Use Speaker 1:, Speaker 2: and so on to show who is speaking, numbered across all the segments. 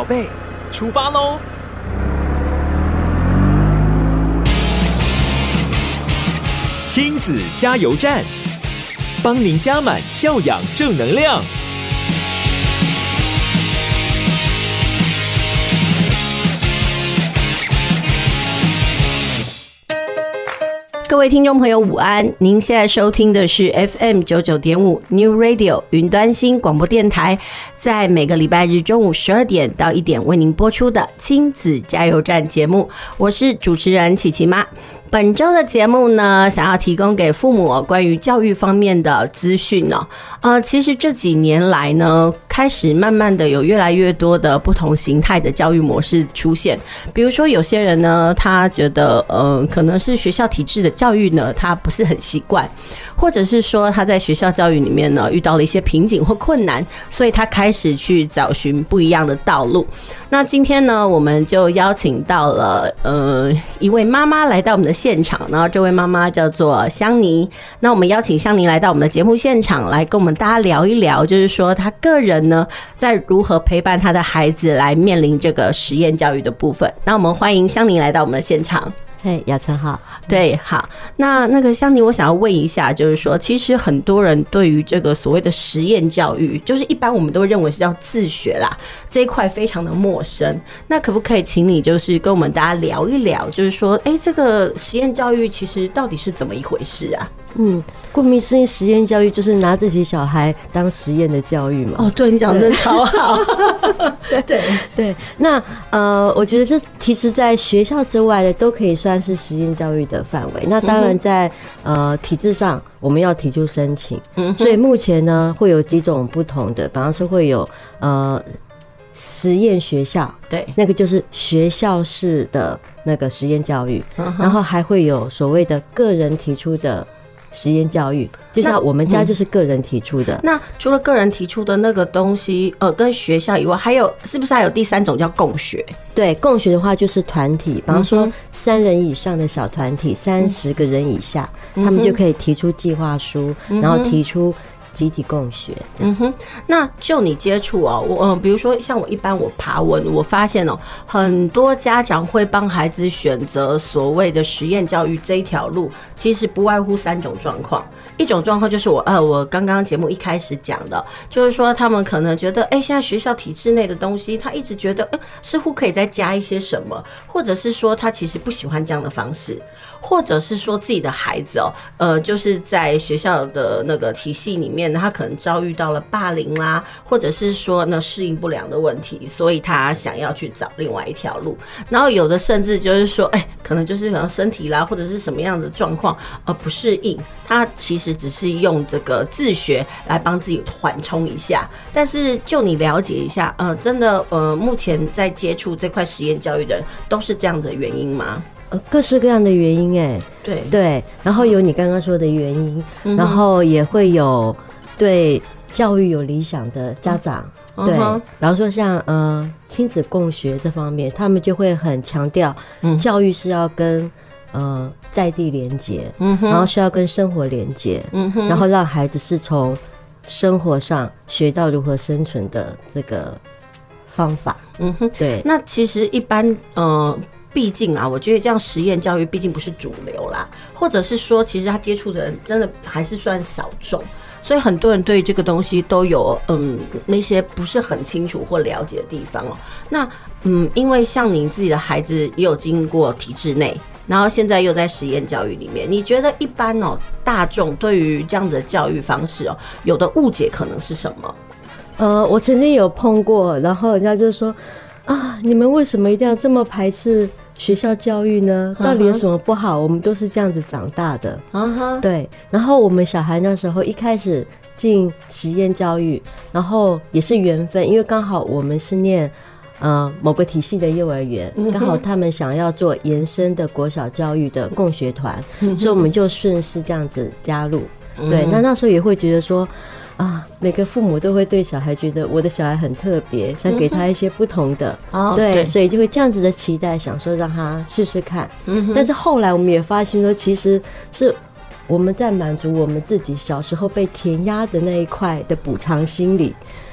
Speaker 1: 宝贝，出发喽！亲子加油站，帮您加满教养正能量。
Speaker 2: 各位听众朋友午安，您现在收听的是 FM99.5 New Radio 云端新广播电台，在每个礼拜日中午12点到1点为您播出的亲子加油站节目，我是主持人琪琪妈。本周的节目呢，想要提供给父母关于教育方面的资讯哦。其实这几年来呢，开始慢慢的有越来越多的不同形态的教育模式出现。比如说有些人呢，他觉得可能是学校体制的教育呢，他不是很习惯，或者是说他在学校教育里面呢遇到了一些瓶颈或困难，所以他开始去找寻不一样的道路。那今天呢，我们就邀请到了一位妈妈来到我们的现场，然后这位妈妈叫做香妮。那我们邀请香妮来到我们的节目现场，来跟我们大家聊一聊，就是说她个人呢在如何陪伴她的孩子来面临这个实验教育的部分。那我们欢迎香妮来到我们的现场。
Speaker 3: 嘿，雅晨好。
Speaker 2: 对，好。那个香妮，我想要问一下，就是说，其实很多人对于这个所谓的实验教育，就是一般我们都认为是要自学啦，这一块非常的陌生。那可不可以请你就是跟我们大家聊一聊，就是说，这个实验教育其实到底是怎么一回事啊？
Speaker 3: 顾名思义，实验教育就是拿自己小孩当实验的教育嘛。
Speaker 2: 哦，对，你讲的真的超好。
Speaker 3: 对。那我觉得这其实在学校之外的都可以算是实验教育的范围。那当然在体制上我们要提出申请，所以目前呢会有几种不同的，比方说会有实验学校，对，那个就是学校式的那个实验教育，然后还会有所谓的个人提出的实验教育，就像我们家就是个人提出的。
Speaker 2: 那除了个人提出的那个东西，跟学校以外，是不是还有第三种叫共学？
Speaker 3: 对，共学的话就是团体，比方说3人以上的小团体，30个人以下，他们就可以提出计划书，然后提出集体共学。
Speaker 2: 那就你接触比如说像我一般我爬文，我发现很多家长会帮孩子选择所谓的实验教育这一条路，其实不外乎3种状况。一种状况就是我刚刚节目一开始讲的，就是说他们可能觉得现在学校体制内的东西，他一直觉得似乎可以再加一些什么，或者是说他其实不喜欢这样的方式，或者是说自己的孩子就是在学校的那个体系里面，他可能遭遇到了霸凌啦，或者是说适应不良的问题，所以他想要去找另外一条路。然后有的甚至就是说可能就是可能身体啦或者是什么样的状况不适应，他其实只是用这个自学来帮自己缓冲一下。但是就你了解一下真的目前在接触这块实验教育的人都是这样的原因吗？
Speaker 3: 各式各样的原因对，然后有你刚刚说的原因，然后也会有对教育有理想的家长，对，比方说像亲子共学这方面，他们就会很强调教育是要跟在地连结，然后需要跟生活连结，然后让孩子是从生活上学到如何生存的这个方法。对。
Speaker 2: 那其实一般毕竟我觉得这样实验教育毕竟不是主流啦，或者是说其实他接触的人真的还是算少众，所以很多人对这个东西都有那些不是很清楚或了解的地方那因为像你自己的孩子也有经过体制内，然后现在又在实验教育里面，你觉得一般大众对于这样的教育方式有的误解可能是什么？
Speaker 3: 我曾经有碰过，然后人家就说你们为什么一定要这么排斥学校教育呢？到底有什么不好？我们都是这样子长大的。对。然后我们小孩那时候一开始进实验教育，然后也是缘分，因为刚好我们是念某个体系的幼儿园，刚好他们想要做延伸的国小教育的共学团，所以我们就顺势这样子加入。对。那时候也会觉得说每个父母都会对小孩觉得我的小孩很特别，想给他一些不同的对，所以就会这样子的期待，想说让他试试看。但是后来我们也发现说，其实是我们在满足我们自己小时候被填鸭的那一块的补偿心理。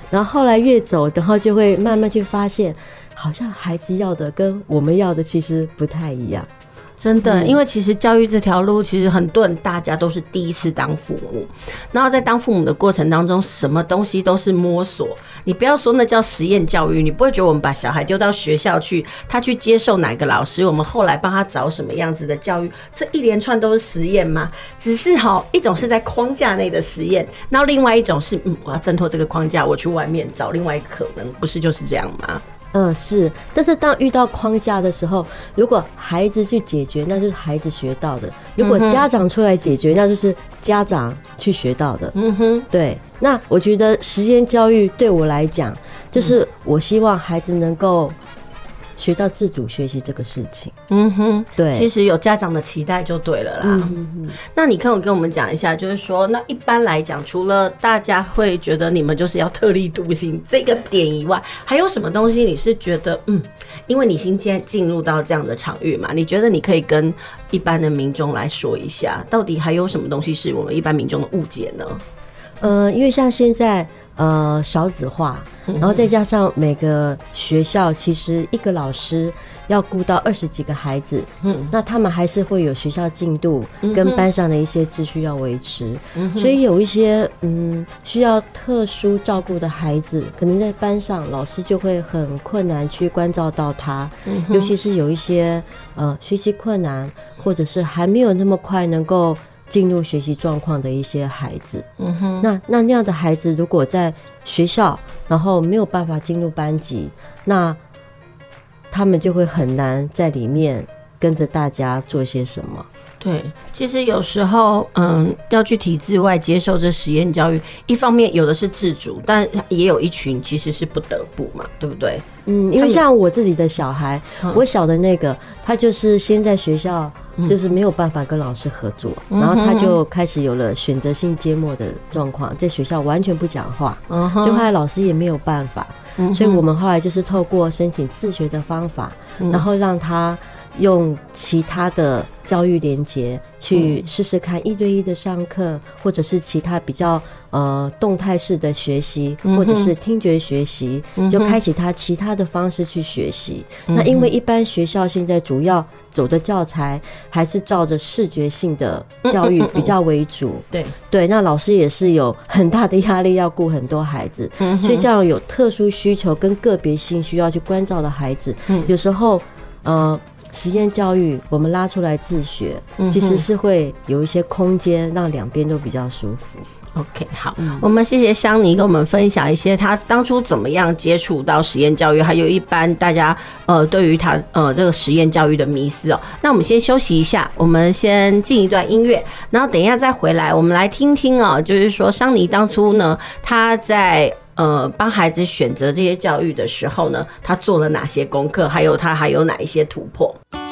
Speaker 3: 然后后来越走，然后就会慢慢去发现，好像孩子要的跟我们要的其实不太一样。
Speaker 2: 真的，因为其实教育这条路，其实很多人大家都是第一次当父母，然后在当父母的过程当中，什么东西都是摸索。你不要说那叫实验教育，你不会觉得我们把小孩丢到学校去，他去接受哪个老师，我们后来帮他找什么样子的教育，这一连串都是实验吗？只是一种是在框架内的实验，然后另外一种是我要挣脱这个框架，我去外面找另外一个可能，不是就是这样吗？
Speaker 3: 是，但是当遇到框架的时候，如果孩子去解决，那就是孩子学到的；如果家长出来解决，那就是家长去学到的。对。那我觉得实验教育对我来讲，就是我希望孩子能够学到自主学习这个事情。对，
Speaker 2: 其实有家长的期待就对了啦。那你可以跟我们讲一下，就是说，那一般来讲，除了大家会觉得你们就是要特立独行这个点以外，还有什么东西你是觉得，因为你现在进入到这样的场域嘛，你觉得你可以跟一般的民众来说一下，到底还有什么东西是我们一般民众的误解呢？
Speaker 3: 因为像现在少子化，然后再加上每个学校其实一个老师要顾到20几个孩子，那他们还是会有学校进度跟班上的一些秩序要维持，所以有一些需要特殊照顾的孩子，可能在班上老师就会很困难去关照到他，尤其是有一些学习困难，或者是还没有那么快能够进入学习状况的一些孩子，那样的孩子如果在学校，然后没有办法进入班级，那他们就会很难在里面跟着大家做些什么。
Speaker 2: 对，其实有时候要去体制外接受这实验教育，一方面有的是自主，但也有一群其实是不得不嘛，对不对？
Speaker 3: 因为像我自己的小孩，我小的那个他就是先在学校就是没有办法跟老师合作，然后他就开始有了选择性缄默的状况，在学校完全不讲话，就后来老师也没有办法，所以我们后来就是透过申请自学的方法，然后让他用其他的教育连结去试试看1对1的上课，或者是其他比较动态式的学习，或者是听觉学习，就开启他其他的方式去学习。那因为一般学校现在主要走的教材还是照着视觉性的教育比较为主，对，那老师也是有很大的压力要顾很多孩子，所以这样有特殊需求跟个别性需要去关照的孩子，有时候实验教育我们拉出来自学，其实是会有一些空间让两边都比较舒服。
Speaker 2: OK， 好，我们谢谢香妮跟我们分享一些她当初怎么样接触到实验教育，还有一般大家对于她这个实验教育的迷思哦。那我们先休息一下，我们先进一段音乐，然后等一下再回来，我们来听听哦，就是说香妮当初呢，她在帮孩子选择这些教育的时候呢，他做了哪些功课，还有他还有哪一些突破。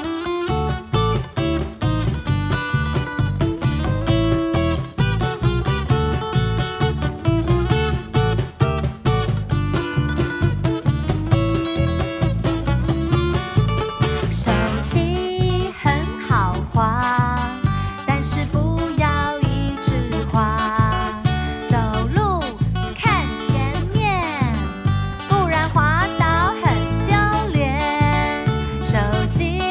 Speaker 4: 手机很好滑，但是不要一直滑，走路看前面，不然滑倒很丢脸。手机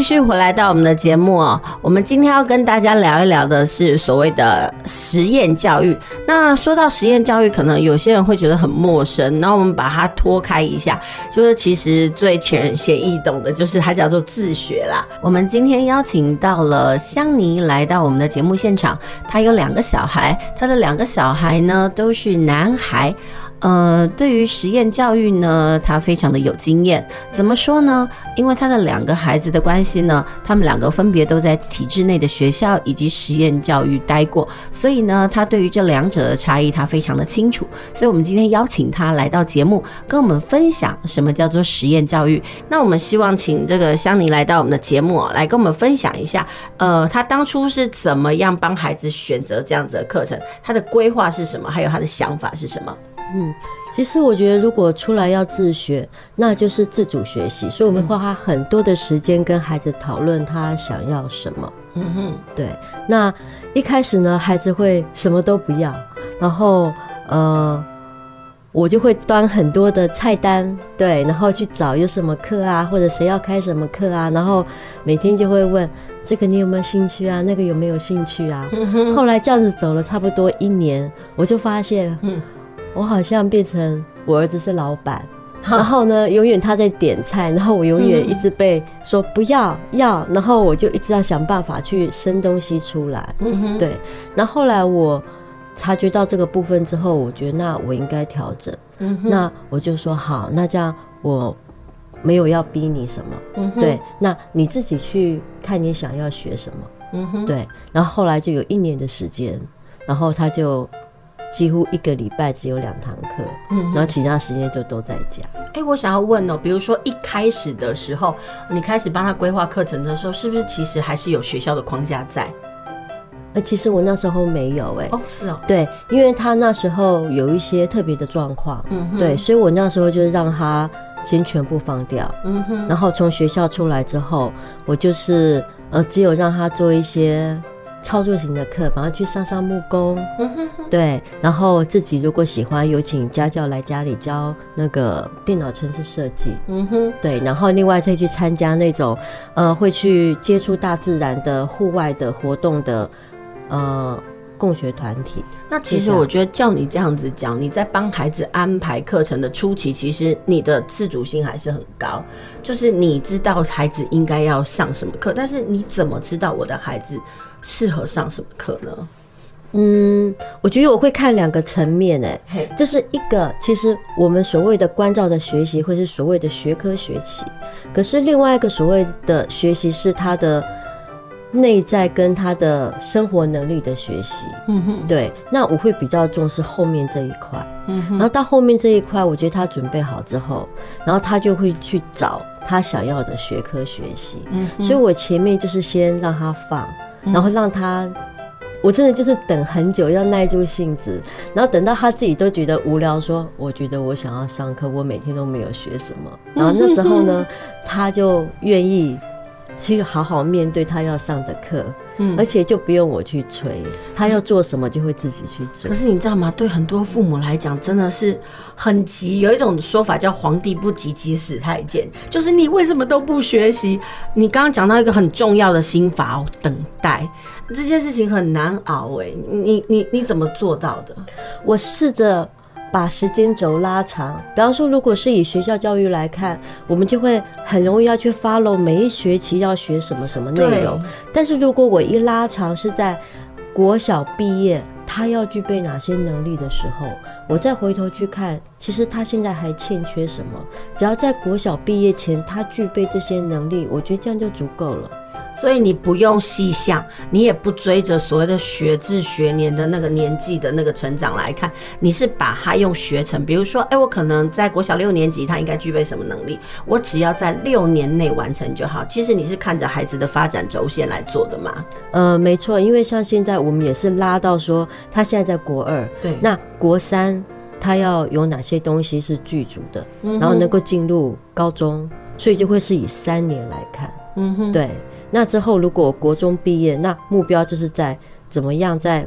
Speaker 2: 续回来到我们的节目哦，我们今天要跟大家聊一聊的是所谓的实验教育。那说到实验教育，可能有些人会觉得很陌生，那我们把它脱开一下，就是其实最浅显易懂的，就是它叫做自学啦。我们今天邀请到了香妮来到我们的节目现场，她有2个小孩，她的2个小孩呢都是男孩。对于实验教育呢，他非常的有经验。怎么说呢？因为他的2个孩子的关系呢，他们2个分别都在体制内的学校以及实验教育待过，所以呢，他对于这2者的差异他非常的清楚。所以我们今天邀请他来到节目，跟我们分享什么叫做实验教育。那我们希望请这个香妮来到我们的节目来跟我们分享一下，他当初是怎么样帮孩子选择这样子的课程，他的规划是什么，还有他的想法是什么？
Speaker 3: 其实我觉得如果出来要自学，那就是自主学习，所以我们会花很多的时间跟孩子讨论他想要什么。对。那一开始呢，孩子会什么都不要，然后我就会端很多的菜单，对，然后去找有什么课啊，或者谁要开什么课啊，然后每天就会问这个你有没有兴趣啊，那个有没有兴趣啊。后来这样子走了差不多1年，我就发现我好像变成我儿子是老板，然后呢永远他在点菜，然后我永远一直被说不要，然后我就一直要想办法去生东西出来。对。那后来我察觉到这个部分之后，我觉得那我应该调整。那我就说好，那这样我没有要逼你什么，对，那你自己去看你想要学什么。对。然后后来就有1年的时间，然后他就几乎1个礼拜只有2堂课，然后其他时间就都在家。
Speaker 2: 我想要问比如说一开始的时候，你开始帮他规划课程的时候，是不是其实还是有学校的框架在？
Speaker 3: 其实我那时候没有
Speaker 2: 是哦，
Speaker 3: 对，因为他那时候有一些特别的状况，对，所以我那时候就让他先全部放掉，然后从学校出来之后，我就是只有让他做一些操作型的课，帮他去上木工，对，然后自己如果喜欢，有请家教来家里教那个电脑程式设计，对，然后另外再去参加那种会去接触大自然的户外的活动的共学团体。
Speaker 2: 那其实我觉得叫你这样子讲，你在帮孩子安排课程的初期，其实你的自主性还是很高，就是你知道孩子应该要上什么课，但是你怎么知道我的孩子适合上什么课呢？
Speaker 3: 我觉得我会看2个层面就是一个其实我们所谓的关照的学习或是所谓的学科学习，可是另外一个所谓的学习是他的内在跟他的生活能力的学习。对，那我会比较重视后面这一块。然后到后面这一块，我觉得他准备好之后，然后他就会去找他想要的学科学习。所以我前面就是先让他放，然后让他，我真的就是等很久，要耐住性子，然后等到他自己都觉得无聊，说我觉得我想要上课，我每天都没有学什么，然后那时候呢，他就愿意去好好面对他要上的课，而且就不用我去催，他要做什么就会自己去做。
Speaker 2: 可是你知道吗？对很多父母来讲，真的是很急。有一种说法叫"皇帝不急急死太监"，就是你为什么都不学习？你刚刚讲到一个很重要的心法等待，这件事情很难熬你怎么做到的？
Speaker 3: 我试着把时间轴拉长，比方说如果是以学校教育来看，我们就会很容易要去 follow 每一学期要学什么什么内容，但是如果我一拉长是在国小毕业他要具备哪些能力的时候，我再回头去看其实他现在还欠缺什么，只要在国小毕业前他具备这些能力，我觉得这样就足够了。
Speaker 2: 所以你不用细项，你也不追着所谓的学制学年的那个年纪的那个成长来看，你是把它用学程，比如说我可能在国小6年级他应该具备什么能力，我只要在6年内完成就好。其实你是看着孩子的发展轴线来做的吗？
Speaker 3: 没错，因为像现在我们也是拉到说他现在在国2，对，那国3他要有哪些东西是具足的，然后能够进入高中，所以就会是以3年来看。对，那之后如果国中毕业，那目标就是在怎么样在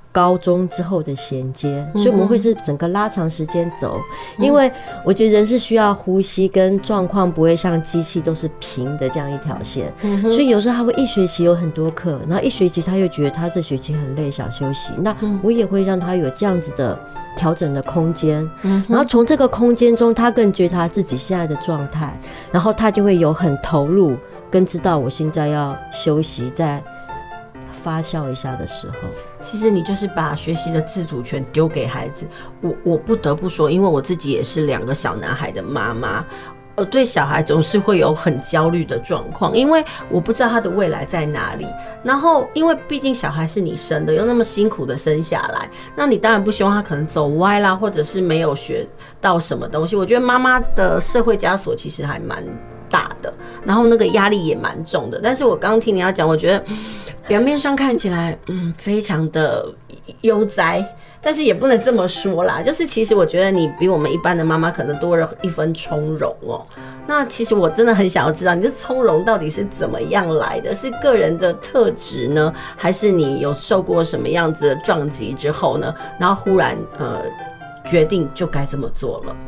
Speaker 3: 高中之后的衔接，所以我们会是整个拉长时间走，因为我觉得人是需要呼吸，跟状况不会像机器都是平的这样一条线，所以有时候他会一学期有很多课，然后一学期他又觉得他这学期很累想休息，那我也会让他有这样子的调整的空间，然后从这个空间中他更觉得他自己现在的状态，然后他就会有很投入跟知道我现在要休息再发酵一下的时候。
Speaker 2: 其实你就是把学习的自主权丢给孩子。我不得不说，因为我自己也是2个小男孩的妈妈，对小孩总是会有很焦虑的状况，因为我不知道他的未来在哪里。然后，因为毕竟小孩是你生的，又那么辛苦的生下来，那你当然不希望他可能走歪啦，或者是没有学到什么东西。我觉得妈妈的社会枷锁其实还蛮大的，然后那个压力也蛮重的。但是我刚刚听你要讲，我觉得表面上看起来非常的悠哉，但是也不能这么说啦，就是其实我觉得你比我们一般的妈妈可能多了一分从容哦。那其实我真的很想要知道，你这从容到底是怎么样来的？是个人的特质呢，还是你有受过什么样子的撞击之后呢，然后忽然决定就该这么做了？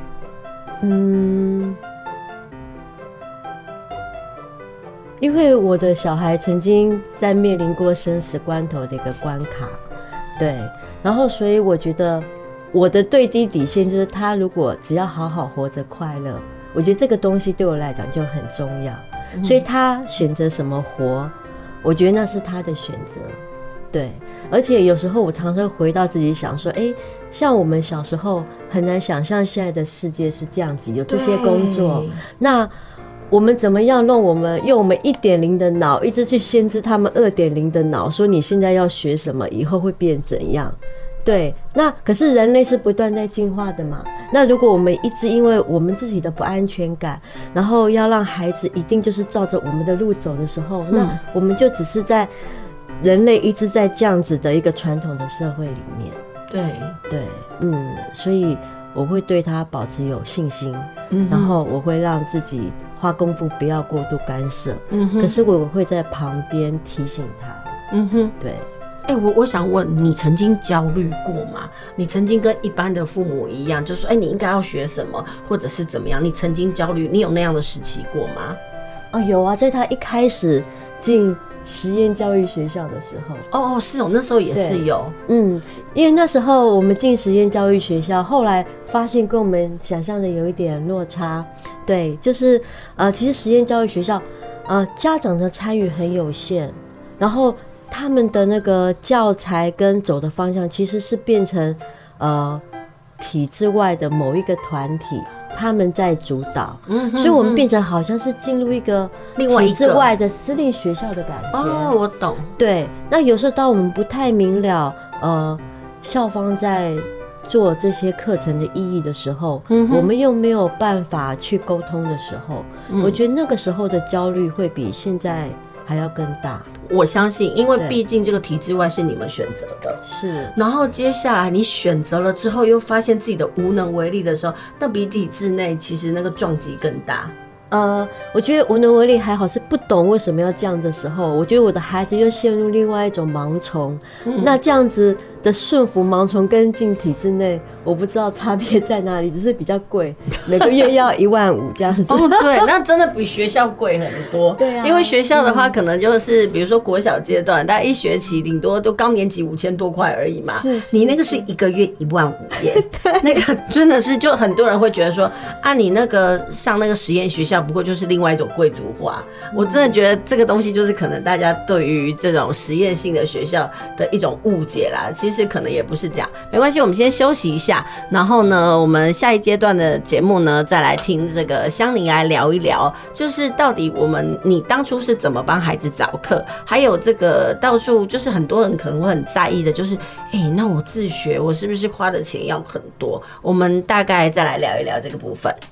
Speaker 3: 因为我的小孩曾经在面临过生死关头的一个关卡，对，然后所以我觉得我的最低底线就是他如果只要好好活着快乐，我觉得这个东西对我来讲就很重要，所以他选择什么活，我觉得那是他的选择，对。而且有时候我常常回到自己想说，像我们小时候很难想象现在的世界是这样子，有这些工作，那我们怎么样用我们 1.0 的脑一直去限制他们 2.0 的脑，说你现在要学什么，以后会变怎样？对，那可是人类是不断在进化的嘛。那如果我们一直因为我们自己的不安全感，然后要让孩子一定就是照着我们的路走的时候，那我们就只是在人类一直在这样子的一个传统的社会里面。对，所以我会对他保持有信心，然后我会让自己花功夫不要过度干涉，可是我会在旁边提醒他，对。
Speaker 2: 我想问你，曾经焦虑过吗？你曾经跟一般的父母一样，就说你应该要学什么，或者是怎么样？你曾经焦虑，你有那样的时期过吗？
Speaker 3: 有啊，在他一开始进实验教育学校的时候，
Speaker 2: 是那时候也是有，
Speaker 3: 因为那时候我们进实验教育学校，后来发现跟我们想象的有一点落差，对，就是其实实验教育学校，家长的参与很有限，然后他们的那个教材跟走的方向其实是变成体制外的某一个团体他们在主导，所以我们变成好像是进入一个体制外的私立学校的感觉。
Speaker 2: 我懂。
Speaker 3: 对，那有时候当我们不太明了校方在做这些课程的意义的时候，我们又没有办法去沟通的时候，我觉得那个时候的焦虑会比现在还要更大。
Speaker 2: 我相信，因为毕竟这个体制外是你们选择的，
Speaker 3: 是。
Speaker 2: 然后接下来你选择了之后，又发现自己的无能为力的时候，那比体制内其实那个撞击更大。
Speaker 3: 我觉得无能为力还好，是不懂为什么要这样的时候，我觉得我的孩子又陷入另外一种盲从。那这样子的顺服盲从跟进体制内，我不知道差别在哪里，只是比较贵，每个月要15000这样子。
Speaker 2: 对，那真的比学校贵很多。
Speaker 3: 对啊，
Speaker 2: 因为学校的话，可能就是比如说国小阶段，大概一学期顶多都高年级5000多块而已嘛。是，你那个是1个月15000耶。那个真的是，就很多人会觉得说，你那个上那个实验学校，不过就是另外一种贵族化。我真的觉得这个东西就是可能大家对于这种实验性的学校的一种误解啦。其实可能也不是这样，没关系，我们先休息一下，然后呢，我们下一阶段的节目呢，再来听这个香宁来聊一聊，就是到底你当初是怎么帮孩子找课，还有这个到处就是很多人可能会很在意的，就是那我自学，我是不是花的钱要很多？我们大概再来聊一聊这个部分。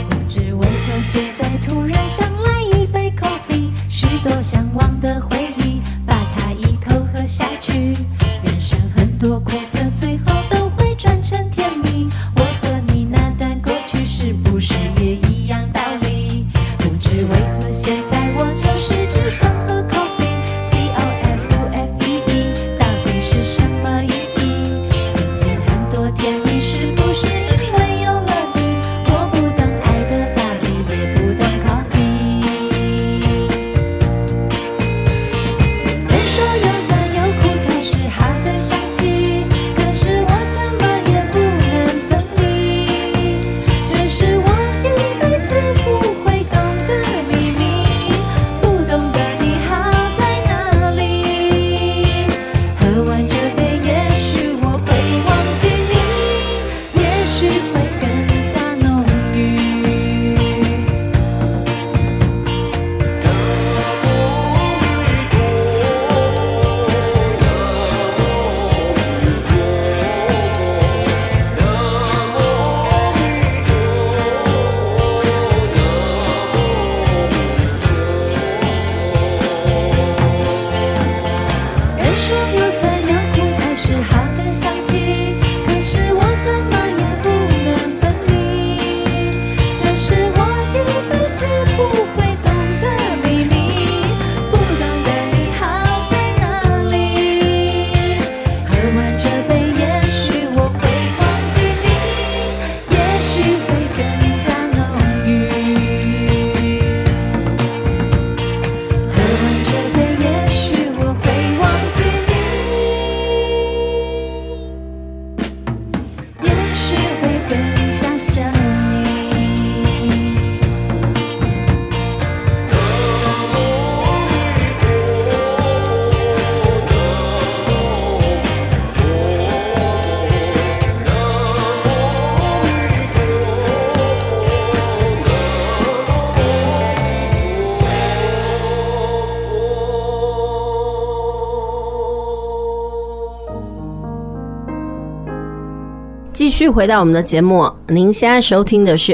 Speaker 4: 现在突然想来一杯 coffee， 许多向往的回忆下去。人生很多苦涩，最后都会转成甜蜜。我和你那段过去，是不是也一样道理？不知为何现在我就是只想喝 coffee，COFFEE， 到底是什么意义？曾经很多甜蜜，是不是因为有了你？我不懂爱的道理，也不懂 coffee。人说有酸有苦才是好的香气，可是我怎么也不能分离。这是我一辈子不会懂的秘密，不懂得你好在哪里。喝完这杯，也许我会忘记你，也许会更加浓郁。人说有酸有苦才是好的香气，可是我怎么也不能分离。这是我一辈子不会懂的秘密，不懂得你好在哪里。喝完这杯，也许我会忘记你，也许会更加浓郁。喝完这杯，也许我会忘记你，也许会更加想你。
Speaker 2: 继续回到我们的节目，您现在收听的是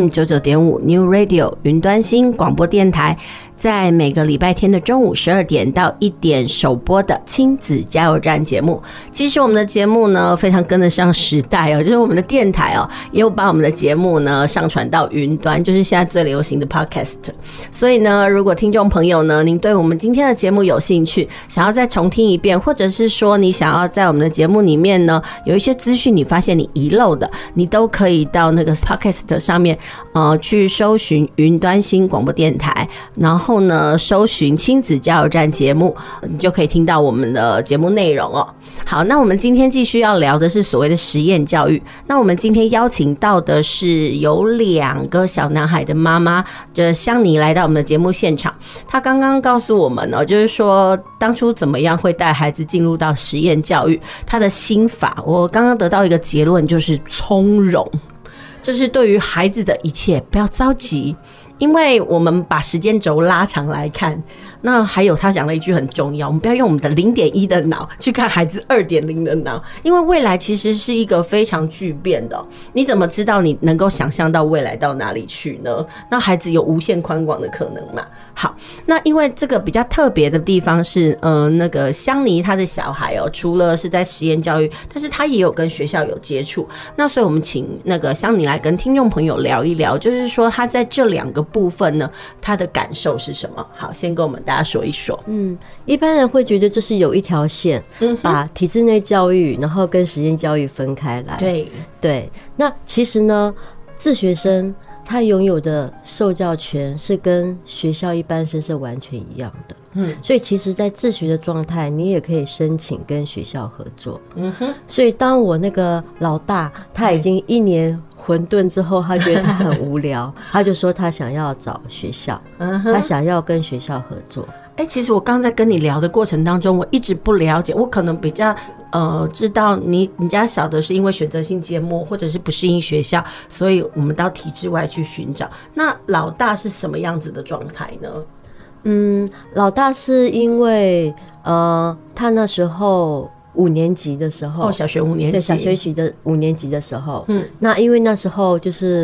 Speaker 2: FM99.5 New Radio 云端新广播电台，在每个礼拜天的中午12点到1点首播的亲子加油站节目。其实我们的节目呢非常跟得上时代哦，就是我们的电台哦也有把我们的节目呢上传到云端，就是现在最流行的 Podcast。所以呢，如果听众朋友呢您对我们今天的节目有兴趣，想要再重听一遍，或者是说你想要在我们的节目里面呢有一些资讯你发现你遗漏的，你都可以到那个 Podcast 上面去搜寻云端新广播电台，然后呢搜寻亲子加油站节目，你就可以听到我们的节目内容哦。好，那我们今天继续要聊的是所谓的实验教育。那我们今天邀请到的是有2个小男孩的妈妈，就是香妮来到我们的节目现场。她刚刚告诉我们呢，就是说当初怎么样会带孩子进入到实验教育，她的心法，我刚刚得到一个结论，就是从容，就是对于孩子的一切不要着急。因为我们把时间轴拉长来看，那还有他讲了一句很重要，我们不要用我们的 0.1 的脑去看孩子 2.0 的脑，因为未来其实是一个非常巨变的，你怎么知道你能够想象到未来到哪里去呢？那孩子有无限宽广的可能嘛。好，那因为这个比较特别的地方是那个香妮她的小孩除了是在实验教育，但是他也有跟学校有接触，那所以我们请那个香妮来跟听众朋友聊一聊，就是说他在这2个部分呢，他的感受是什么？好，先跟我们大家说一说。
Speaker 3: 一般人会觉得这是有一条线，把体制内教育然后跟实验教育分开来。对，那其实呢，自学生他拥有的受教权是跟学校一般生是完全一样的。所以其实在自学的状态，你也可以申请跟学校合作。所以当我那个老大他已经1年混沌之后，他觉得他很无聊，他就说他想要找学校，他想要跟学校合作。
Speaker 2: 其实我刚在跟你聊的过程当中，我一直不了解，我可能比较知道你家小的是因为选择性缄默或者是不适应学校，所以我们到体制外去寻找。那老大是什么样子的状态呢？
Speaker 3: 老大是因为他那时候5年级的时候，
Speaker 2: 小学5年级，
Speaker 3: 对，小学的5年级的时候，那因为那时候就是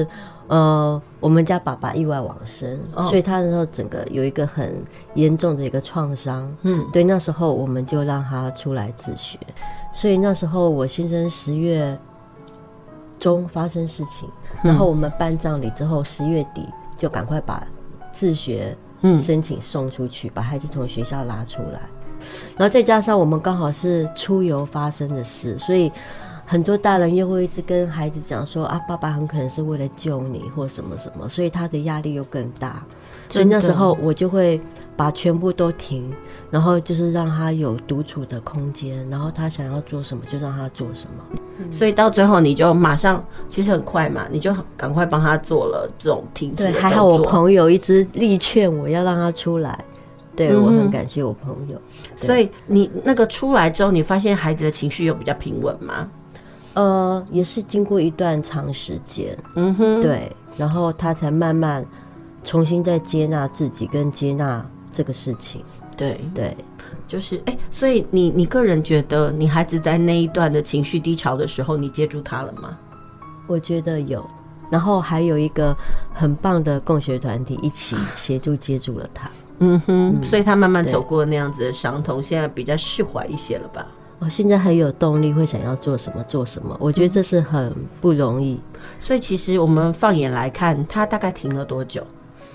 Speaker 3: 我们家爸爸意外往生，所以他那时候整个有一个很严重的一个创伤。对，那时候我们就让他出来自学，所以那时候我先生10月中发生事情，然后我们办葬礼之后10月底就赶快把自学申请送出去，把孩子从学校拉出来，然后再加上我们刚好是出游发生的事，所以很多大人又会一直跟孩子讲说啊，爸爸很可能是为了救你或什么什么，所以他的压力又更大。所以那时候我就会把全部都停，然后就是让他有独处的空间，然后他想要做什么就让他做什么。
Speaker 2: 所以到最后你就马上，其实很快嘛，你就赶快帮他做了这种停止的动作。
Speaker 3: 对，还好我朋友一直力劝我要让他出来。对，我很感谢我朋友。
Speaker 2: 所以你那个出来之后，你发现孩子的情绪有比较平稳吗？
Speaker 3: 也是经过一段长时间，对，然后他才慢慢重新再接纳自己跟接纳这个事情。对，
Speaker 2: 就是所以你个人觉得你孩子在那一段的情绪低潮的时候，你接住他了吗？
Speaker 3: 我觉得有，然后还有一个很棒的共学团体一起协助接住了他。
Speaker 2: 所以他慢慢走过那样子的伤痛，现在比较释怀一些了吧？
Speaker 3: 我现在很有动力，会想要做什么做什么，我觉得这是很不容易。
Speaker 2: 所以其实我们放眼来看，他大概停了多久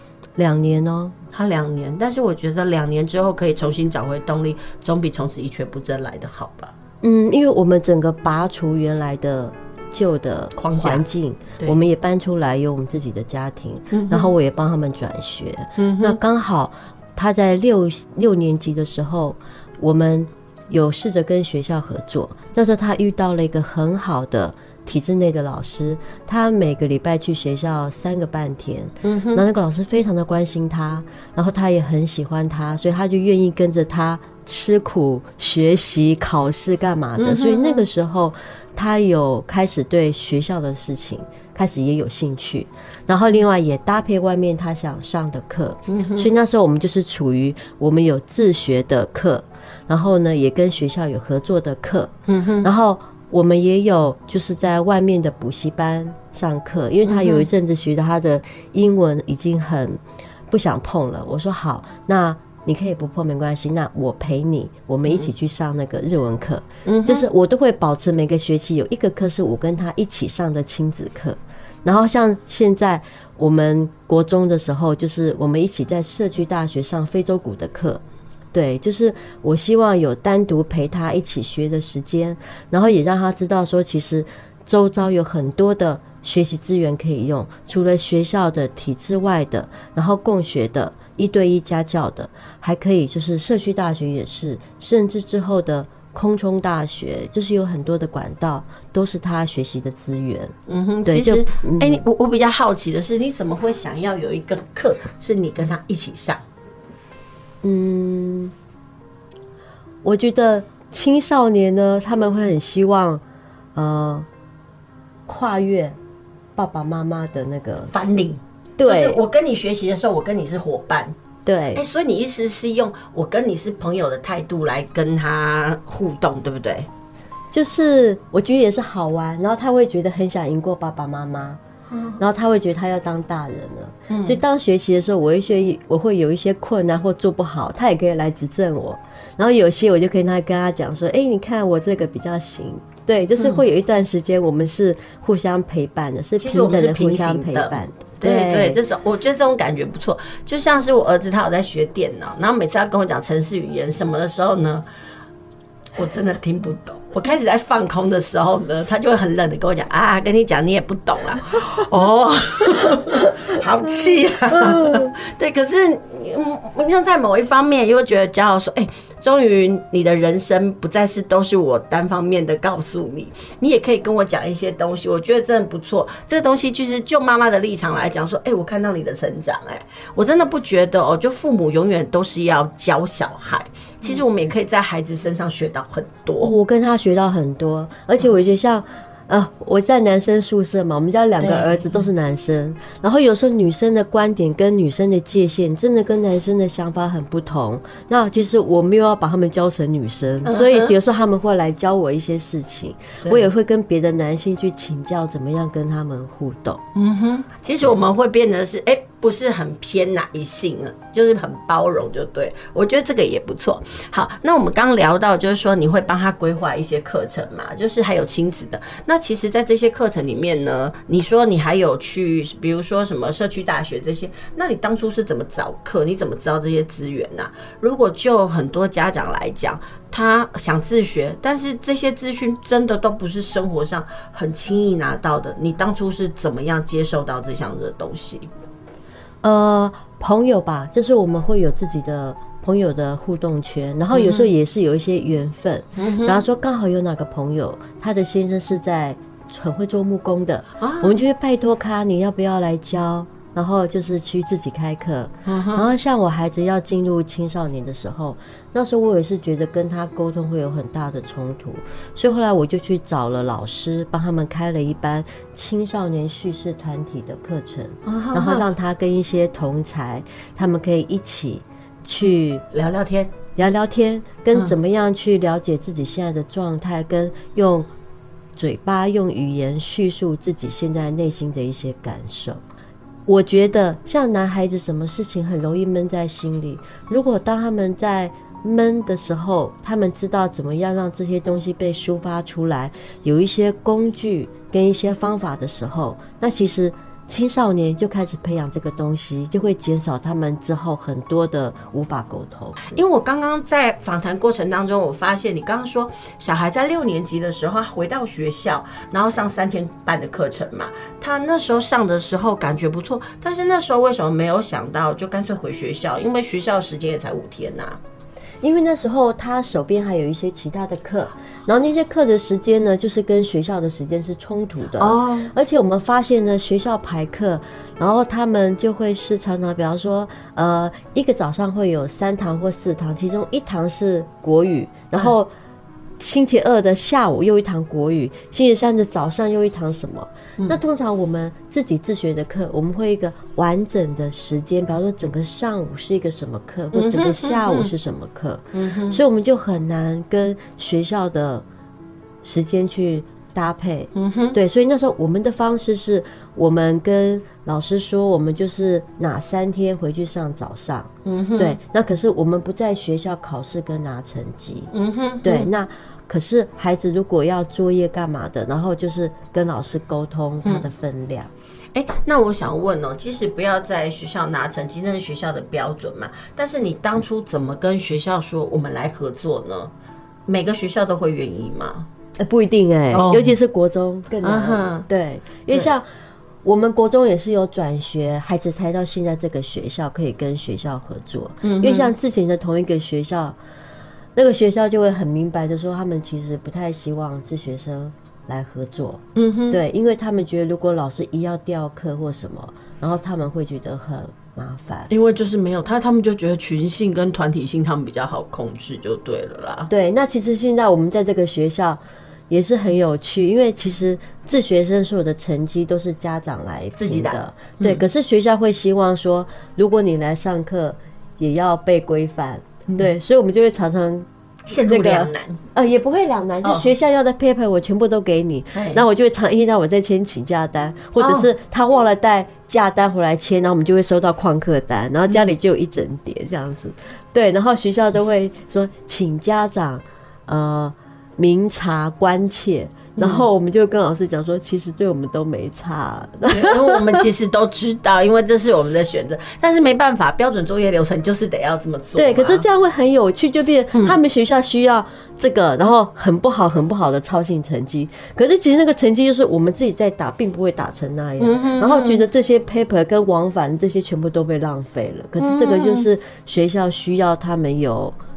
Speaker 3: ？2年哦。
Speaker 2: 他2年，但是我觉得2年之后可以重新找回动力，总比从此一蹶不振来的好吧？因
Speaker 3: 为我们整个拔除原来的旧的环境，我们也搬出来，有我们自己的家庭，然后我也帮他们转学。那刚好他在6年级的时候，我们有试着跟学校合作，那时候他遇到了一个很好的体制内的老师，他每个礼拜去学校3个半天，然后那个老师非常的关心他，然后他也很喜欢他，所以他就愿意跟着他吃苦学习考试干嘛的，所以那个时候他有开始对学校的事情开始也有兴趣，然后另外也搭配外面他想上的课，所以那时候我们就是处于我们有自学的课，然后呢也跟学校有合作的课，然后我们也有就是在外面的补习班上课，因为他有一阵子觉得他的英文已经很不想碰了，我说好，那你可以不碰没关系，那我陪你，我们一起去上那个日文课，就是我都会保持每个学期有一个课是我跟他一起上的亲子课，然后像现在我们国中的时候，就是我们一起在社区大学上非洲鼓的课，对，就是我希望有单独陪他一起学的时间，然后也让他知道说其实周遭有很多的学习资源可以用，除了学校的体制外的，然后共学的1对1家教的，还可以就是社区大学也是，甚至之后的空中大学，就是有很多的管道都是他学习的资源。
Speaker 2: 对，其实我比较好奇的是，你怎么会想要有一个课是你跟他一起上？
Speaker 3: 我觉得青少年呢，他们会很希望跨越爸爸妈妈的那个
Speaker 2: 藩篱，
Speaker 3: 对，
Speaker 2: 就是我跟你学习的时候，我跟你是伙伴，
Speaker 3: 对，
Speaker 2: 所以你意思是用我跟你是朋友的态度来跟他互动，对不对？就是
Speaker 3: 我觉得也是好玩，然后他会觉得很想赢过爸爸妈妈，然后他会觉得他要当大人了，所以当学习的时候，我会有一些困难或做不好，他也可以来指正我，然后有些我就可以跟他讲说，你看我这个比较行。对，就是会有一段时间我们是互相陪伴的，是平等的互相陪伴的。
Speaker 2: 对，这种我觉得这种感觉不错。就像是我儿子他有在学电脑，然后每次他跟我讲程式语言什么的时候呢，我真的听不懂。我开始在放空的时候呢，他就会很冷的跟我讲啊，跟你讲你也不懂啦。哦，好气啊！对，可是你像在某一方面又会觉得骄傲，说终于你的人生不再是都是我单方面的告诉你，你也可以跟我讲一些东西，我觉得真的不错。这个东西就是就妈妈的立场来讲说，我看到你的成长，我真的不觉得就父母永远都是要教小孩，其实我们也可以在孩子身上学到很多。
Speaker 3: 我跟他学到很多，而且我觉得像我在男生宿舍嘛，我们家2个儿子都是男生，然后有时候女生的观点跟女生的界限真的跟男生的想法很不同。那其实我没有要把他们教成女生，所以有时候他们会来教我一些事情，我也会跟别的男性去请教怎么样跟他们互动。
Speaker 2: 其实我们会变得是不是很偏哪一性了，就是很包容就对，我觉得这个也不错。好，那我们刚聊到就是说你会帮他规划一些课程嘛，就是还有亲子的。那其实在这些课程里面呢，你说你还有去比如说什么社区大学这些，那你当初是怎么找课，你怎么知道这些资源啊？如果就很多家长来讲，他想自学，但是这些资讯真的都不是生活上很轻易拿到的，你当初是怎么样接受到这项的东西？
Speaker 3: 朋友吧，就是我们会有自己的朋友的互动圈，然后有时候也是有一些缘分，然后说刚好有哪个朋友他的先生是在很会做木工的，我们就会拜托他，你要不要来教，然后就是去自己开课。然后像我孩子要进入青少年的时候，那时候我也是觉得跟他沟通会有很大的冲突，所以后来我就去找了老师，帮他们开了一班青少年叙事团体的课程，然后让他跟一些同侪，他们可以一起去
Speaker 2: 聊聊天，
Speaker 3: 跟怎么样去了解自己现在的状态，跟用嘴巴用语言叙述自己现在内心的一些感受。我觉得像男孩子什么事情很容易闷在心里，如果当他们在闷的时候，他们知道怎么样让这些东西被抒发出来，有一些工具跟一些方法的时候，那其实青少年就开始培养这个东西，就会减少他们之后很多的无法沟通。
Speaker 2: 因为我刚刚在访谈过程当中，我发现你刚刚说小孩在6年级的时候，他回到学校，然后上3天半的课程嘛，他那时候上的时候感觉不错，但是那时候为什么没有想到就干脆回学校？因为学校时间也才5天啊。
Speaker 3: 因为那时候他手边还有一些其他的课，然后那些课的时间呢，就是跟学校的时间是冲突的。而且我们发现呢，学校排课，然后他们就会是常常，比方说，一个早上会有3堂或4堂，其中1堂是国语，然后星期2的下午又1堂国语，星期3的早上又1堂什么。那通常我们自己自学的课，我们会一个完整的时间，比方说整个上午是一个什么课，或整个下午是什么课，所以我们就很难跟学校的时间去搭配。对，所以那时候我们的方式是，我们跟老师说，我们就是哪3天回去上早上。对，那可是我们不在学校考试跟拿成绩。对，那可是孩子如果要作业干嘛的，然后就是跟老师沟通他的分量。
Speaker 2: 那我想问哦，即使不要在学校拿成绩，那是学校的标准嘛，但是你当初怎么跟学校说我们来合作呢？每个学校都会愿意吗？
Speaker 3: 不一定尤其是国中更难。对，因为像我们国中也是有转学，孩子才到现在这个学校可以跟学校合作。因为像之前的同一个学校，那个学校就会很明白的说，他们其实不太希望自学生来合作。对，因为他们觉得如果老师一要调课或什么，然后他们会觉得很麻烦，
Speaker 2: 因为就是没有他们就觉得群性跟团体性他们比较好控制就对了啦。
Speaker 3: 对，那其实现在我们在这个学校也是很有趣，因为其实自学生所有的成绩都是家长来
Speaker 2: 自己
Speaker 3: 的。对，可是学校会希望说，如果你来上课也要被规范。对，所以我们就会常常
Speaker 2: 陷入两难。
Speaker 3: 也不会两难，就学校要的 paper 我全部都给你，那我就会常一天到晚在签请假单，或者是他忘了带假单回来签，然后我们就会收到旷课单，然后家里就有一整叠这样子。对，然后学校都会说请家长明察关切，然后我们就跟老师讲说，其实对我们都没差，
Speaker 2: 因为我们其实都知道，因为这是我们的选择，但是没办法，标准作业流程就是得要这么做。
Speaker 3: 对，可是这样会很有趣，就变他们学校需要这个，然后很不好的超性成绩，可是其实那个成绩就是我们自己在打，并不会打成那样，然后觉得这些 paper 跟往返这些全部都被浪费了。可是这个就是学校需要他们有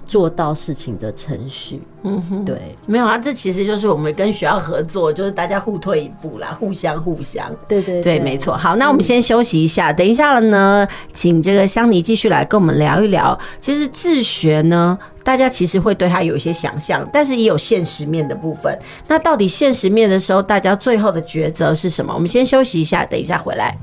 Speaker 3: 做到事情的程序。对，
Speaker 2: 没有啊，这其实就是我们跟学校合作，就是大家互退一步啦，互相。
Speaker 3: 对，
Speaker 2: 没错。好，那我们先休息一下，等一下了呢，请这个香妮继续来跟我们聊一聊。其实自学呢，大家其实会对它有一些想象，但是也有现实面的部分。那到底现实面的时候，大家最后的抉择是什么？我们先休息一下，等一下回来。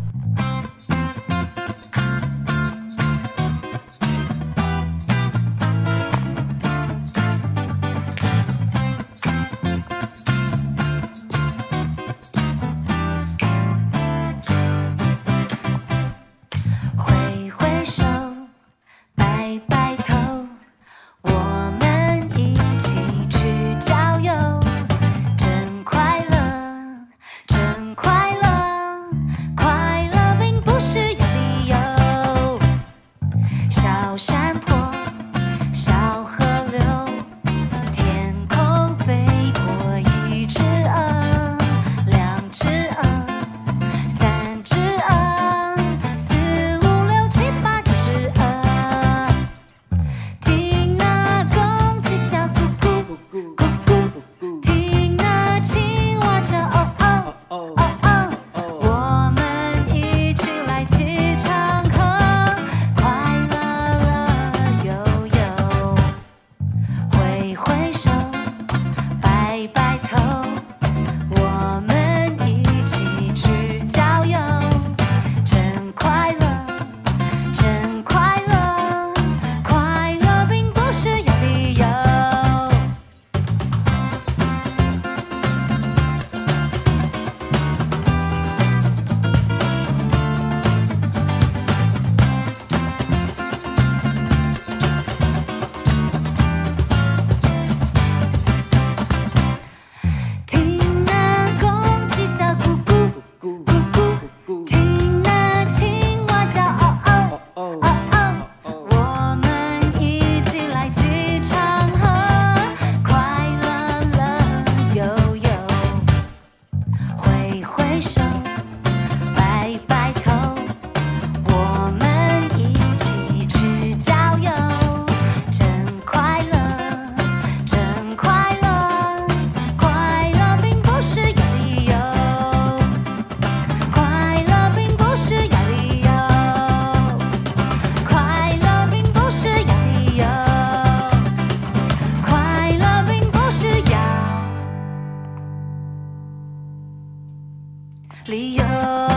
Speaker 2: 理由。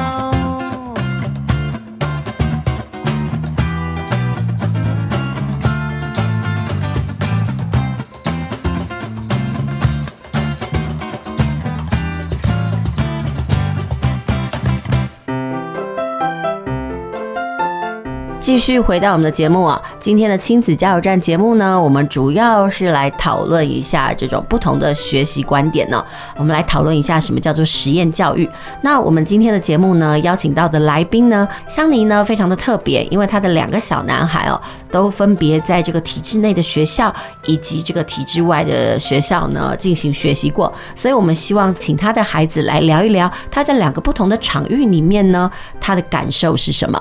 Speaker 2: 继续回到我们的节目啊，今天的亲子加油站节目呢，我们主要是来讨论一下这种不同的学习观点呢。我们来讨论一下什么叫做实验教育。那我们今天的节目呢，邀请到的来宾呢，香妮呢非常的特别，因为他的2个小男孩哦，都分别在这个体制内的学校以及这个体制外的学校呢进行学习过，所以我们希望请他的孩子来聊一聊他在2个不同的场域里面呢，他的感受是什么。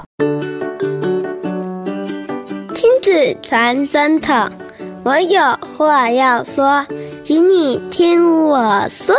Speaker 5: 传声筒，我有话要说，请你听我说。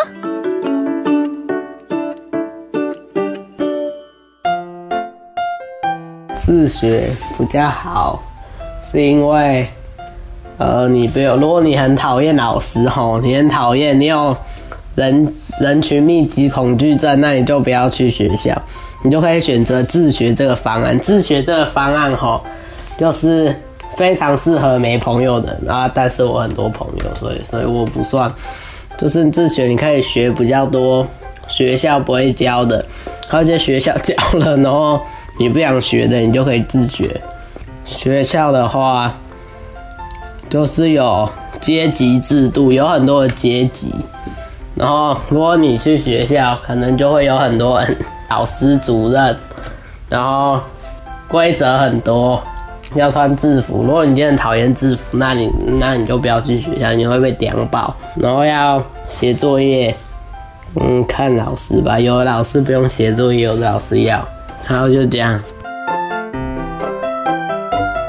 Speaker 6: 自学比较好，是因为如果你很讨厌老师吼，你很讨厌，你有人群密集恐惧症，那你就不要去学校，你就可以选择自学这个方案。自学这个方案吼，就是非常适合没朋友的人啊，但是我很多朋友，所以我不算。就是自学，你可以学比较多学校不会教的，而且学校教了，然后你不想学的，你就可以自学。学校的话，就是有阶级制度，有很多的阶级。然后，如果你去学校，可能就会有很多人，老师、主任，然后规则很多。要穿制服，如果你今天很讨厌制服，那你就不要去学校，你会被屌爆。然后要写作业，看老师吧，有的老师不用写作业，有的老师要，然后就这样。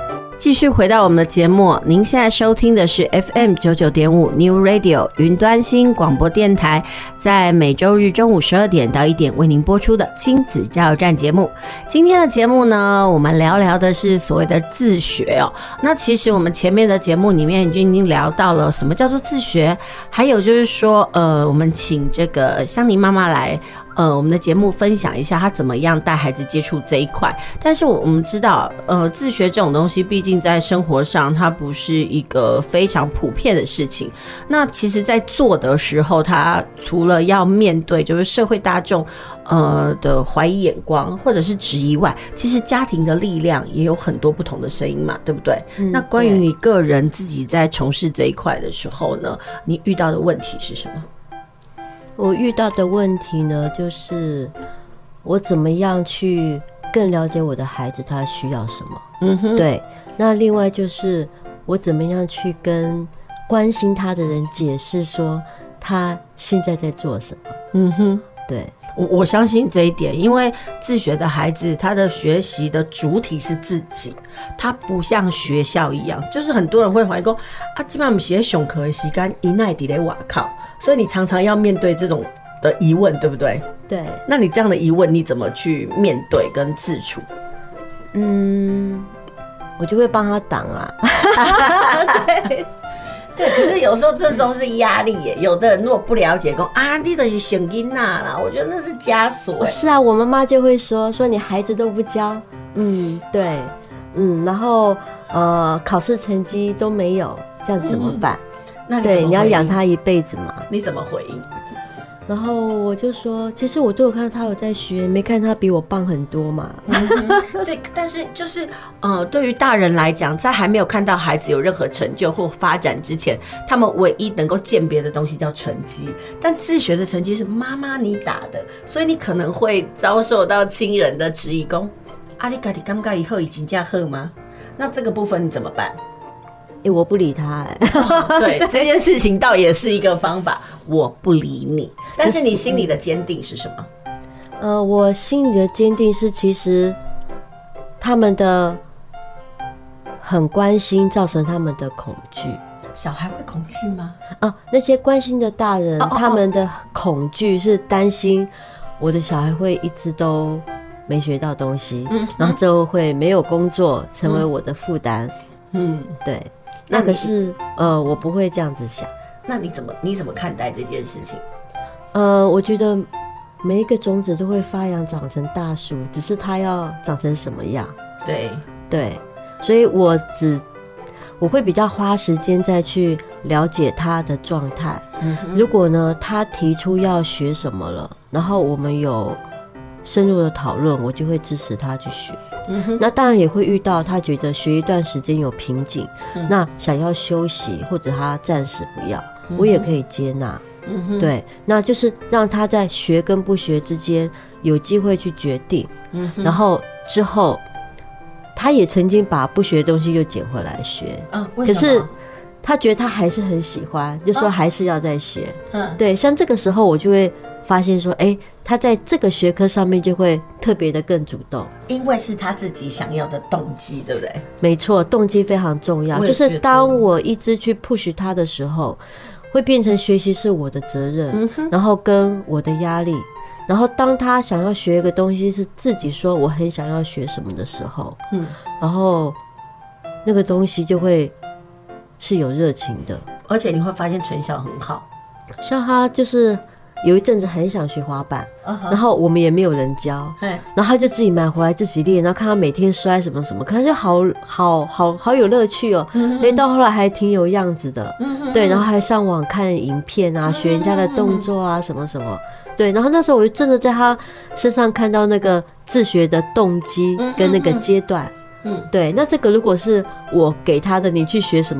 Speaker 2: 继续回到我们的节目，您现在收听的是 FM99.5 New Radio 云端新广播电台，在每周日中午12点到1点为您播出的亲子加油站节目。今天的节目呢，我们聊的是所谓的自学哦。那其实我们前面的节目里面已经聊到了什么叫做自学，还有就是说，我们请这个香妮妈妈来。我们的节目分享一下她怎么样带孩子接触这一块。但是我们知道，自学这种东西，毕竟在生活上它不是一个非常普遍的事情。那其实，在做的时候，它除了要面对就是社会大众的怀疑眼光或者是质疑外，其实家庭的力量也有很多不同的声音嘛，对不对？那关于你个人自己在从事这一块的时候呢，你遇到的问题是什么？
Speaker 3: 我遇到的问题呢，就是我怎么样去更了解我的孩子他需要什么。对。那另外就是我怎么样去跟关心他的人解释说他现在在做什么。对。
Speaker 2: 我相信这一点，因为自学的孩子他的学习的主体是自己，他不像学校一样，就是很多人会怀疑说啊，基本上不是在上课的时间一奈底在瓦靠，所以你常常要面对这种的疑问，对不对？
Speaker 3: 对。那
Speaker 2: 你这样的疑问你怎么去面对跟自处？
Speaker 3: 我就会帮他挡啊。
Speaker 2: 对。对，可是有时候这时候是压力耶。有的人如果不了解，说啊，你就是小囡仔啦，我觉得那是枷锁。
Speaker 3: 是啊，我妈妈就会说你孩子都不教，对，然后考试成绩都没有，这样子怎么办？
Speaker 2: 那
Speaker 3: 对，你要养他一辈子嘛。
Speaker 2: 你怎么回应？
Speaker 3: 然后我就说，其实我都有看到他有在学，没看他比我棒很多嘛。
Speaker 2: 对，但是就是对于大人来讲，在还没有看到孩子有任何成就或发展之前，他们唯一能够鉴别的东西叫成绩。但自学的成绩是妈妈你打的，所以你可能会遭受到亲人的质疑，说啊，你自己感觉以后已经这样好吗？那这个部分你怎么办？
Speaker 3: 我不理他。
Speaker 2: 对，这件事情倒也是一个方法，我不理你。但是你心里的坚定是什么？
Speaker 3: 我心里的坚定是，其实他们的很关心造成他们的恐惧。
Speaker 2: 小孩会恐惧吗？
Speaker 3: 那些关心的大人，他们的恐惧是担心我的小孩会一直都没学到东西，然后之后会没有工作，成为我的负担。对。那可是我不会这样子想。
Speaker 2: 那你怎么看待这件事情？
Speaker 3: 我觉得每一个种子都会发芽长成大树，只是它要长成什么样。对，所以我会比较花时间再去了解他的状态。如果呢他提出要学什么了，然后我们有深入的讨论，我就会支持他去学。那当然也会遇到他觉得学一段时间有瓶颈，那想要休息或者他暂时不要，我也可以接纳。对，那就是让他在学跟不学之间有机会去决定。然后之后他也曾经把不学的东西又捡回来学。可是他觉得他还是很喜欢，就说还是要再学。对，像这个时候我就会发现说，他在这个学科上面就会特别的更主动，
Speaker 2: 因为是他自己想要的动机，对不对？
Speaker 3: 没错，动机非常重要。就是当我一直去 push 他的时候，会变成学习是我的责任，然后跟我的压力。然后当他想要学一个东西是自己说我很想要学什么的时候，然后那个东西就会是有热情的，
Speaker 2: 而且你会发现成效很好。
Speaker 3: 像他就是有一阵子很想学滑板，然后我们也没有人教，然后他就自己买回来自己练，然后看他每天摔什么什么，可能就好有乐趣哦。所以到后来还挺有样子的，对，然后还上网看影片啊，学人家的动作啊，什么什么，对。然后那时候我就真的在他身上看到那个自学的动机跟那个阶段，对。那这个如果是我给他的，你去学什么？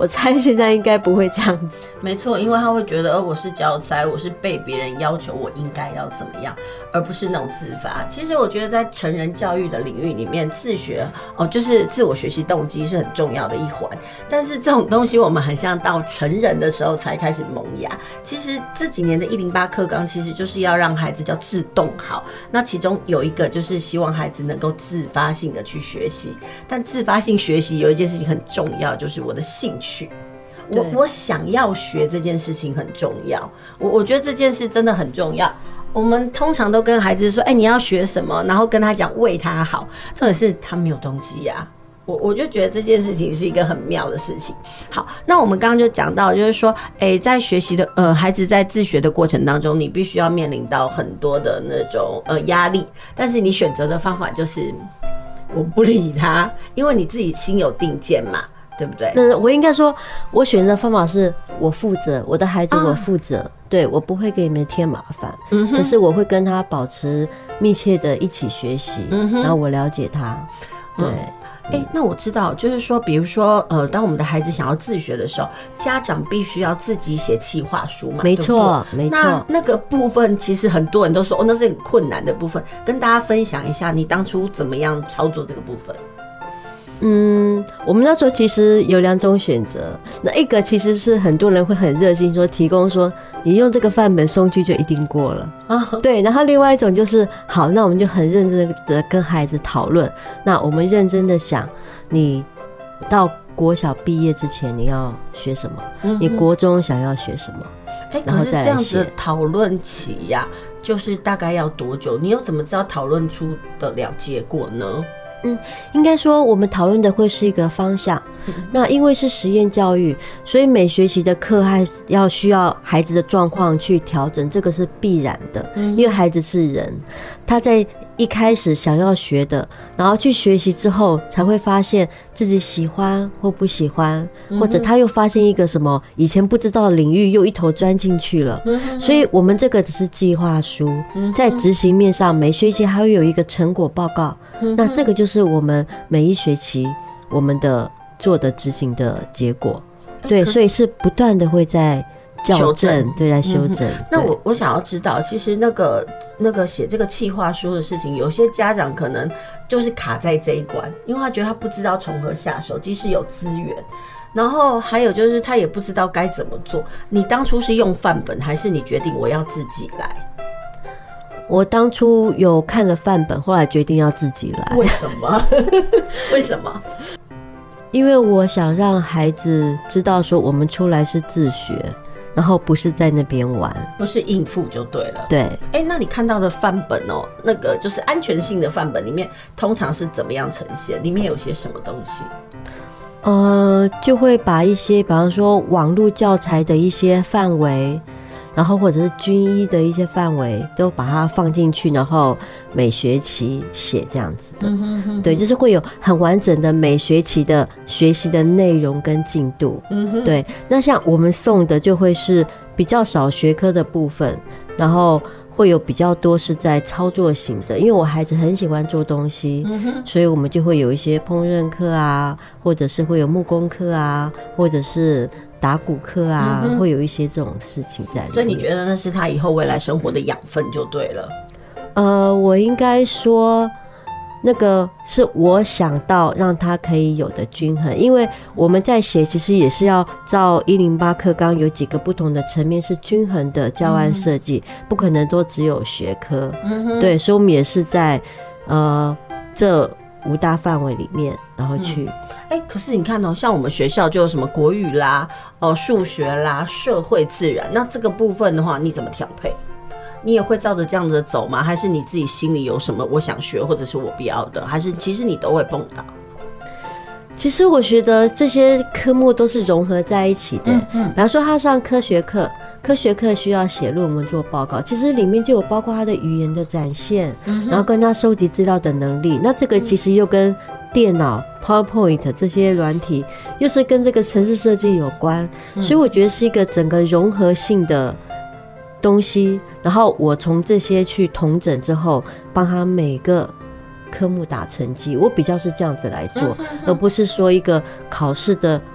Speaker 3: 我猜现在应该不会这样子。
Speaker 2: 没错，因为他会觉得，我是教材，我是被别人要求我应该要怎么样，而不是那种自发。其实我觉得在成人教育的领域里面，自学就是自我学习动机是很重要的一环。但是这种东西我们很像到成人的时候才开始萌芽。其实这几年的108课纲其实就是要让孩子叫自动好，那其中有一个就是希望孩子能够自发性的去学习。但自发性学习有一件事情很重要，就是我的兴趣。我想要学这件事情很重要，我觉得这件事真的很重要。我们通常都跟孩子说，你要学什么，然后跟他讲为他好，重点是他没有动机呀。我就觉得这件事情是一个很妙的事情。好，那我们刚刚就讲到，就是说，在学习的孩子在自学的过程当中，你必须要面临到很多的那种压力，但是你选择的方法就是我不理他，因为你自己心有定见嘛。对不对？
Speaker 3: 我应该说，我选择方法是我负责我的孩子，我负责，对我不会给你们添麻烦。可是我会跟他保持密切的一起学习，然后我了解他。对，
Speaker 2: 那我知道，就是说，比如说，当我们的孩子想要自学的时候，家长必须要自己写企划书嘛。
Speaker 3: 没错，没错。
Speaker 2: 那个部分其实很多人都说，那是很困难的部分，跟大家分享一下，你当初怎么样操作这个部分？
Speaker 3: 我们那时候其实有2种选择，那一个其实是很多人会很热心说提供说你用这个范本送去就一定过了对，然后另外一种就是好，那我们就很认真的跟孩子讨论，那我们认真的想你到国小毕业之前你要学什么，你国中想要学什么，然后再来写。可是这样子
Speaker 2: 讨论期呀，就是大概要多久？你又怎么知道讨论出得了结果呢？
Speaker 3: 应该说我们讨论的会是一个方向。那因为是实验教育，所以每学期的课还需要孩子的状况去调整，这个是必然的。因为孩子是人，他在一开始想要学的，然后去学习之后，才会发现自己喜欢或不喜欢，或者他又发现一个什么以前不知道的领域，又一头钻进去了。所以我们这个只是计划书，在执行面上，每学期还会有一个成果报告。那这个就是我们每一学期我们的做的执行的结果。对，所以是不断的会在校正，对，在修正。
Speaker 2: 那我想要知道，其实那个写这个企划书的事情，有些家长可能就是卡在这一关，因为他觉得他不知道从何下手，即使有资源。然后还有就是他也不知道该怎么做。你当初是用范本，还是你决定我要自己来？
Speaker 3: 我当初有看了范本，后来决定要自己来。
Speaker 2: 为什么？为什么？
Speaker 3: 因为我想让孩子知道说我们出来是自学，然后不是在那边玩，
Speaker 2: 不是应付就对了。
Speaker 3: 对。
Speaker 2: 那你看到的范本那个就是安全性的范本里面通常是怎么样呈现？里面有些什么东西？
Speaker 3: 就会把一些比方说网络教材的一些范围，然后或者是军医的一些范围都把它放进去，然后每学期写这样子的。对，就是会有很完整的每学期的学习的内容跟进度。对，那像我们送的就会是比较少学科的部分，然后会有比较多是在操作型的，因为我孩子很喜欢做东西，所以我们就会有一些烹饪课啊，或者是会有木工课啊，或者是打鼓课啊，会有一些这种事情在里面。
Speaker 2: 所以你觉得那是他以后未来生活的养分就对了？
Speaker 3: 我应该说那个是我想到让他可以有的均衡，因为我们在写其实也是要照108课纲有几个不同的层面是均衡的教案设计，不可能都只有学科。对，所以我们也是在这5大范围里面然后去。
Speaker 2: 可是你看像我们学校就有什么国语啦、数学啦、社会自然，那这个部分的话你怎么调配？你也会照着这样子走吗？还是你自己心里有什么我想学或者是我不要的？还是其实你都会碰到？
Speaker 3: 其实我觉得这些科目都是融合在一起的。比方说他上科学课，科学课需要写论文做报告，其实里面就有包括他的语言的展现，然后跟他收集资料的能力。那这个其实又跟电脑 PowerPoint 这些软体又是跟这个程式设计有关，所以我觉得是一个整个融合性的东西，然后我从这些去统整之后，帮他每个科目打成绩，我比较是这样子来做，而不是说一个考试的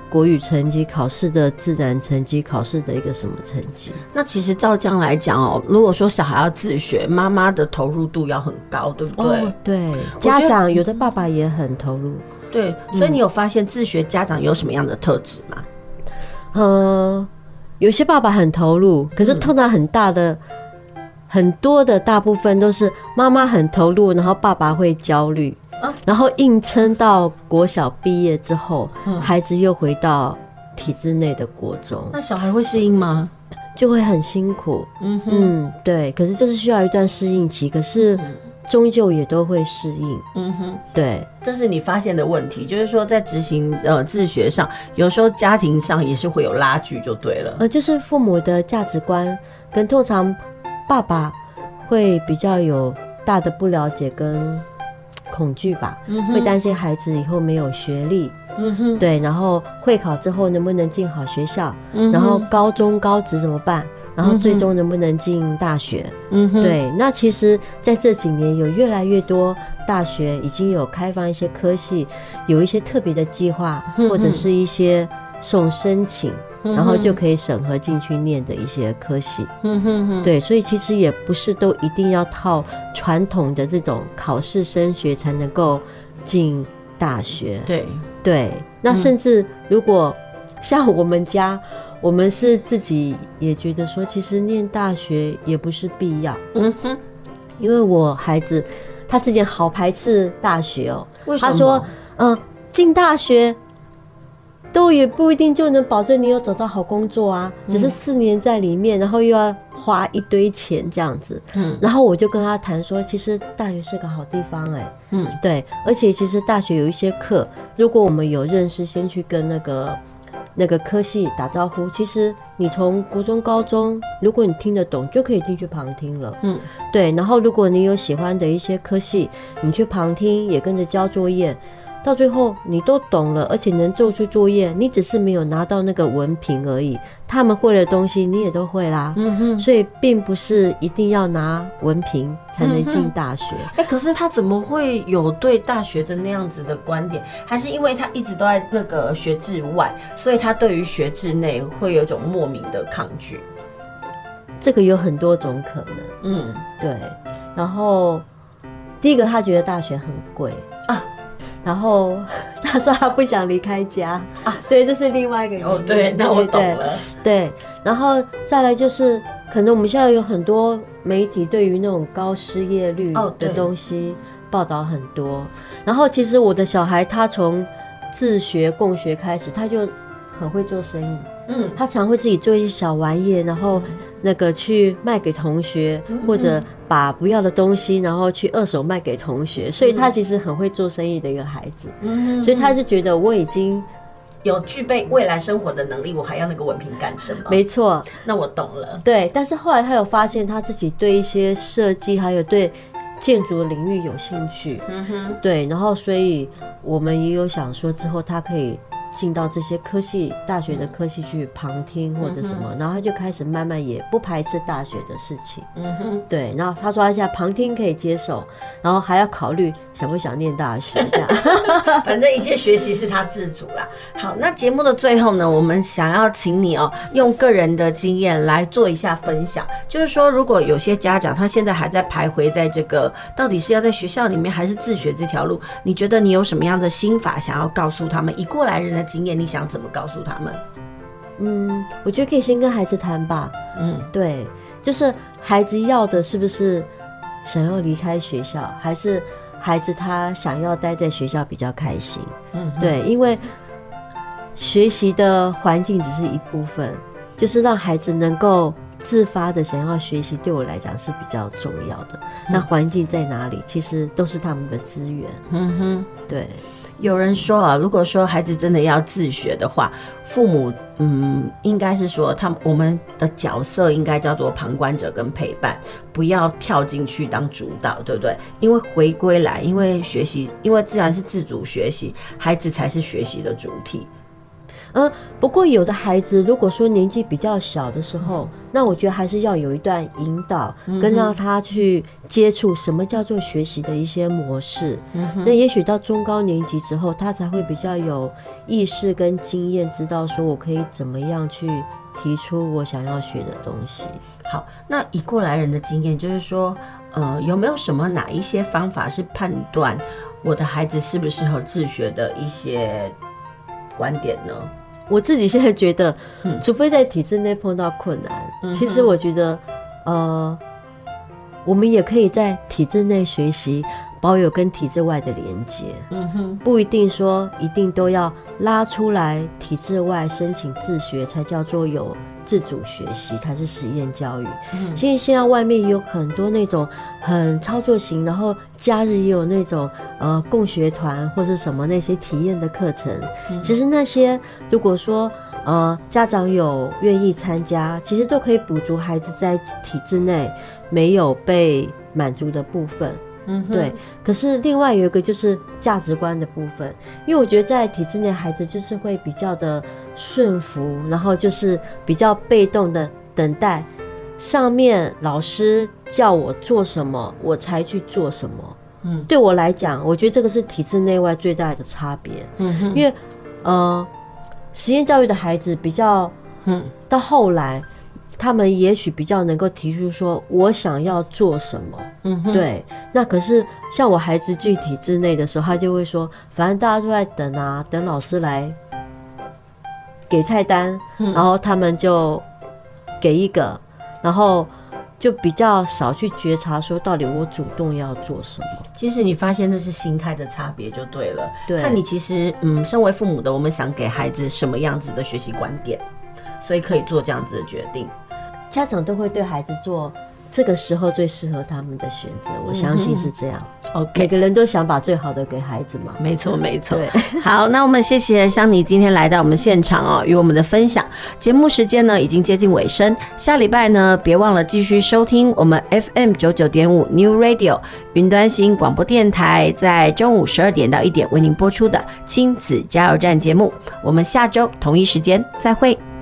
Speaker 3: 国语成绩、考试的自然成绩、考试的一个什么成绩。
Speaker 2: 那其实照这样来讲哦，如果说小孩要自学，妈妈的投入度要很高，对不对？
Speaker 3: 对，家长有的爸爸也很投入。
Speaker 2: 对，所以你有发现自学家长有什么样的特质吗？
Speaker 3: 有些爸爸很投入，可是通常很多的大部分都是妈妈很投入，然后爸爸会焦虑，然后硬撑到国小毕业之后，孩子又回到体制内的国中，
Speaker 2: 那小孩会适应吗？
Speaker 3: 就会很辛苦。对，可是就是需要一段适应期，可是终究也都会适应。对，
Speaker 2: 这是你发现的问题，就是说在执行自学上，有时候家庭上也是会有拉锯，就对了。
Speaker 3: 就是父母的价值观跟通常爸爸会比较有大的不了解跟恐惧吧，会担心孩子以后没有学历。对，然后会考之后能不能进好学校，然后高中高职怎么办，然后最终能不能进大学。对，那其实在这几年有越来越多大学已经有开放一些科系，有一些特别的计划，或者是一些送申请，然后就可以审核进去念的一些科系。对，所以其实也不是都一定要靠传统的这种考试升学才能够进大学。对，那甚至如果像我们家，我们是自己也觉得说，其实念大学也不是必要。因为我孩子他之前好排斥大学哦，
Speaker 2: 为什么？
Speaker 3: 他说，进大学都也不一定就能保证你有找到好工作啊，只是4年在里面，然后又要花一堆钱这样子。然后我就跟他谈说，其实大学是个好地方对，而且其实大学有一些课，如果我们有认识，先去跟那个科系打招呼，其实你从国中高中，如果你听得懂，就可以进去旁听了。对，然后如果你有喜欢的一些科系，你去旁听也跟着交作业，到最后你都懂了，而且能做出作业，你只是没有拿到那个文凭而已，他们会的东西你也都会啦。所以并不是一定要拿文凭才能进大学。
Speaker 2: 可是他怎么会有对大学的那样子的观点？还是因为他一直都在那个学制外，所以他对于学制内会有一种莫名的抗拒？
Speaker 3: 这个有很多种可能。对。然后第一个，他觉得大学很贵啊。然后他说他不想离开家啊，对，这是另外一个原因。
Speaker 2: 对，那我懂了。
Speaker 3: 对，然后再来就是，可能我们现在有很多媒体对于那种高失业率的东西报道很多。然后其实我的小孩他从自学共学开始，他就很会做生意。他常会自己做一些小玩意，然后那个去卖给同学，或者把不要的东西然后去二手卖给同学，所以他其实很会做生意的一个孩子。所以他就觉得我已经
Speaker 2: 有具备未来生活的能力，我还要那个文凭干什么？
Speaker 3: 没错，
Speaker 2: 那我懂了。
Speaker 3: 对，但是后来他有发现他自己对一些设计还有对建筑的领域有兴趣。对，然后所以我们也有想说之后他可以进到这些科系大学的科系去旁听或者什么，然后他就开始慢慢也不排斥大学的事情。对，然后他说他现在旁听可以接受，然后还要考虑想不想念大学这样。
Speaker 2: 反正一切学习是他自主啦。好，那节目的最后呢，我们想要请你用个人的经验来做一下分享，就是说如果有些家长他现在还在徘徊在这个到底是要在学校里面还是自学这条路，你觉得你有什么样的心法想要告诉他们？以过来人的经验，你想怎么告诉他们？
Speaker 3: 我觉得可以先跟孩子谈吧。对，就是孩子要的是不是想要离开学校，还是孩子他想要待在学校比较开心？对，因为学习的环境只是一部分，就是让孩子能够自发的想要学习，对我来讲是比较重要的。那环境在哪里，其实都是他们的资源。对。
Speaker 2: 有人说如果说孩子真的要自学的话，父母应该是说我们的角色应该叫做旁观者跟陪伴，不要跳进去当主导，对不对？因为回归来，因为学习，因为自然是自主学习，孩子才是学习的主体。
Speaker 3: 不过有的孩子如果说年纪比较小的时候，那我觉得还是要有一段引导，跟让他去接触什么叫做学习的一些模式。那也许到中高年级之后，他才会比较有意识跟经验，知道说我可以怎么样去提出我想要学的东西。
Speaker 2: 好，那以过来人的经验，就是说，有没有哪一些方法是判断我的孩子适不适合自学的一些观点呢？
Speaker 3: 我自己现在觉得，除非在体制内碰到困难，其实我觉得，我们也可以在体制内学习，保有跟体制外的连接。不一定说一定都要拉出来体制外申请自学才叫做有自主学习，才是实验教育。现在外面也有很多那种很操作型，然后假日也有那种共学团或者什么那些体验的课程。其实那些如果说家长有愿意参加，其实都可以补足孩子在体制内没有被满足的部分。对。可是另外有一个就是价值观的部分，因为我觉得在体制内孩子就是会比较的顺服，然后就是比较被动的等待上面老师叫我做什么我才去做什么。对我来讲，我觉得这个是体制内外最大的差别。因为实验教育的孩子比较到后来他们也许比较能够提出说我想要做什么。对。那可是像我孩子去体制内的时候，他就会说反正大家都在等啊，等老师来给菜单，然后他们就给一个，然后就比较少去觉察说到底我主动要做什么。
Speaker 2: 其实你发现这是心态的差别就对了。
Speaker 3: 对。
Speaker 2: 看你其实身为父母的我们想给孩子什么样子的学习观点，所以可以做这样子的决定。
Speaker 3: 家长都会对孩子做这个时候最适合他们的选择，我相信是这样。每个人都想把最好的给孩子嘛。
Speaker 2: 没错没错。好，那我们谢谢香妮今天来到我们现场与我们的分享。节目时间呢已经接近尾声，下礼拜呢别忘了继续收听我们 FM99.5 New Radio 云端新广播电台，在中午12点到1点为您播出的亲子加油站节目。我们下周同一时间再会。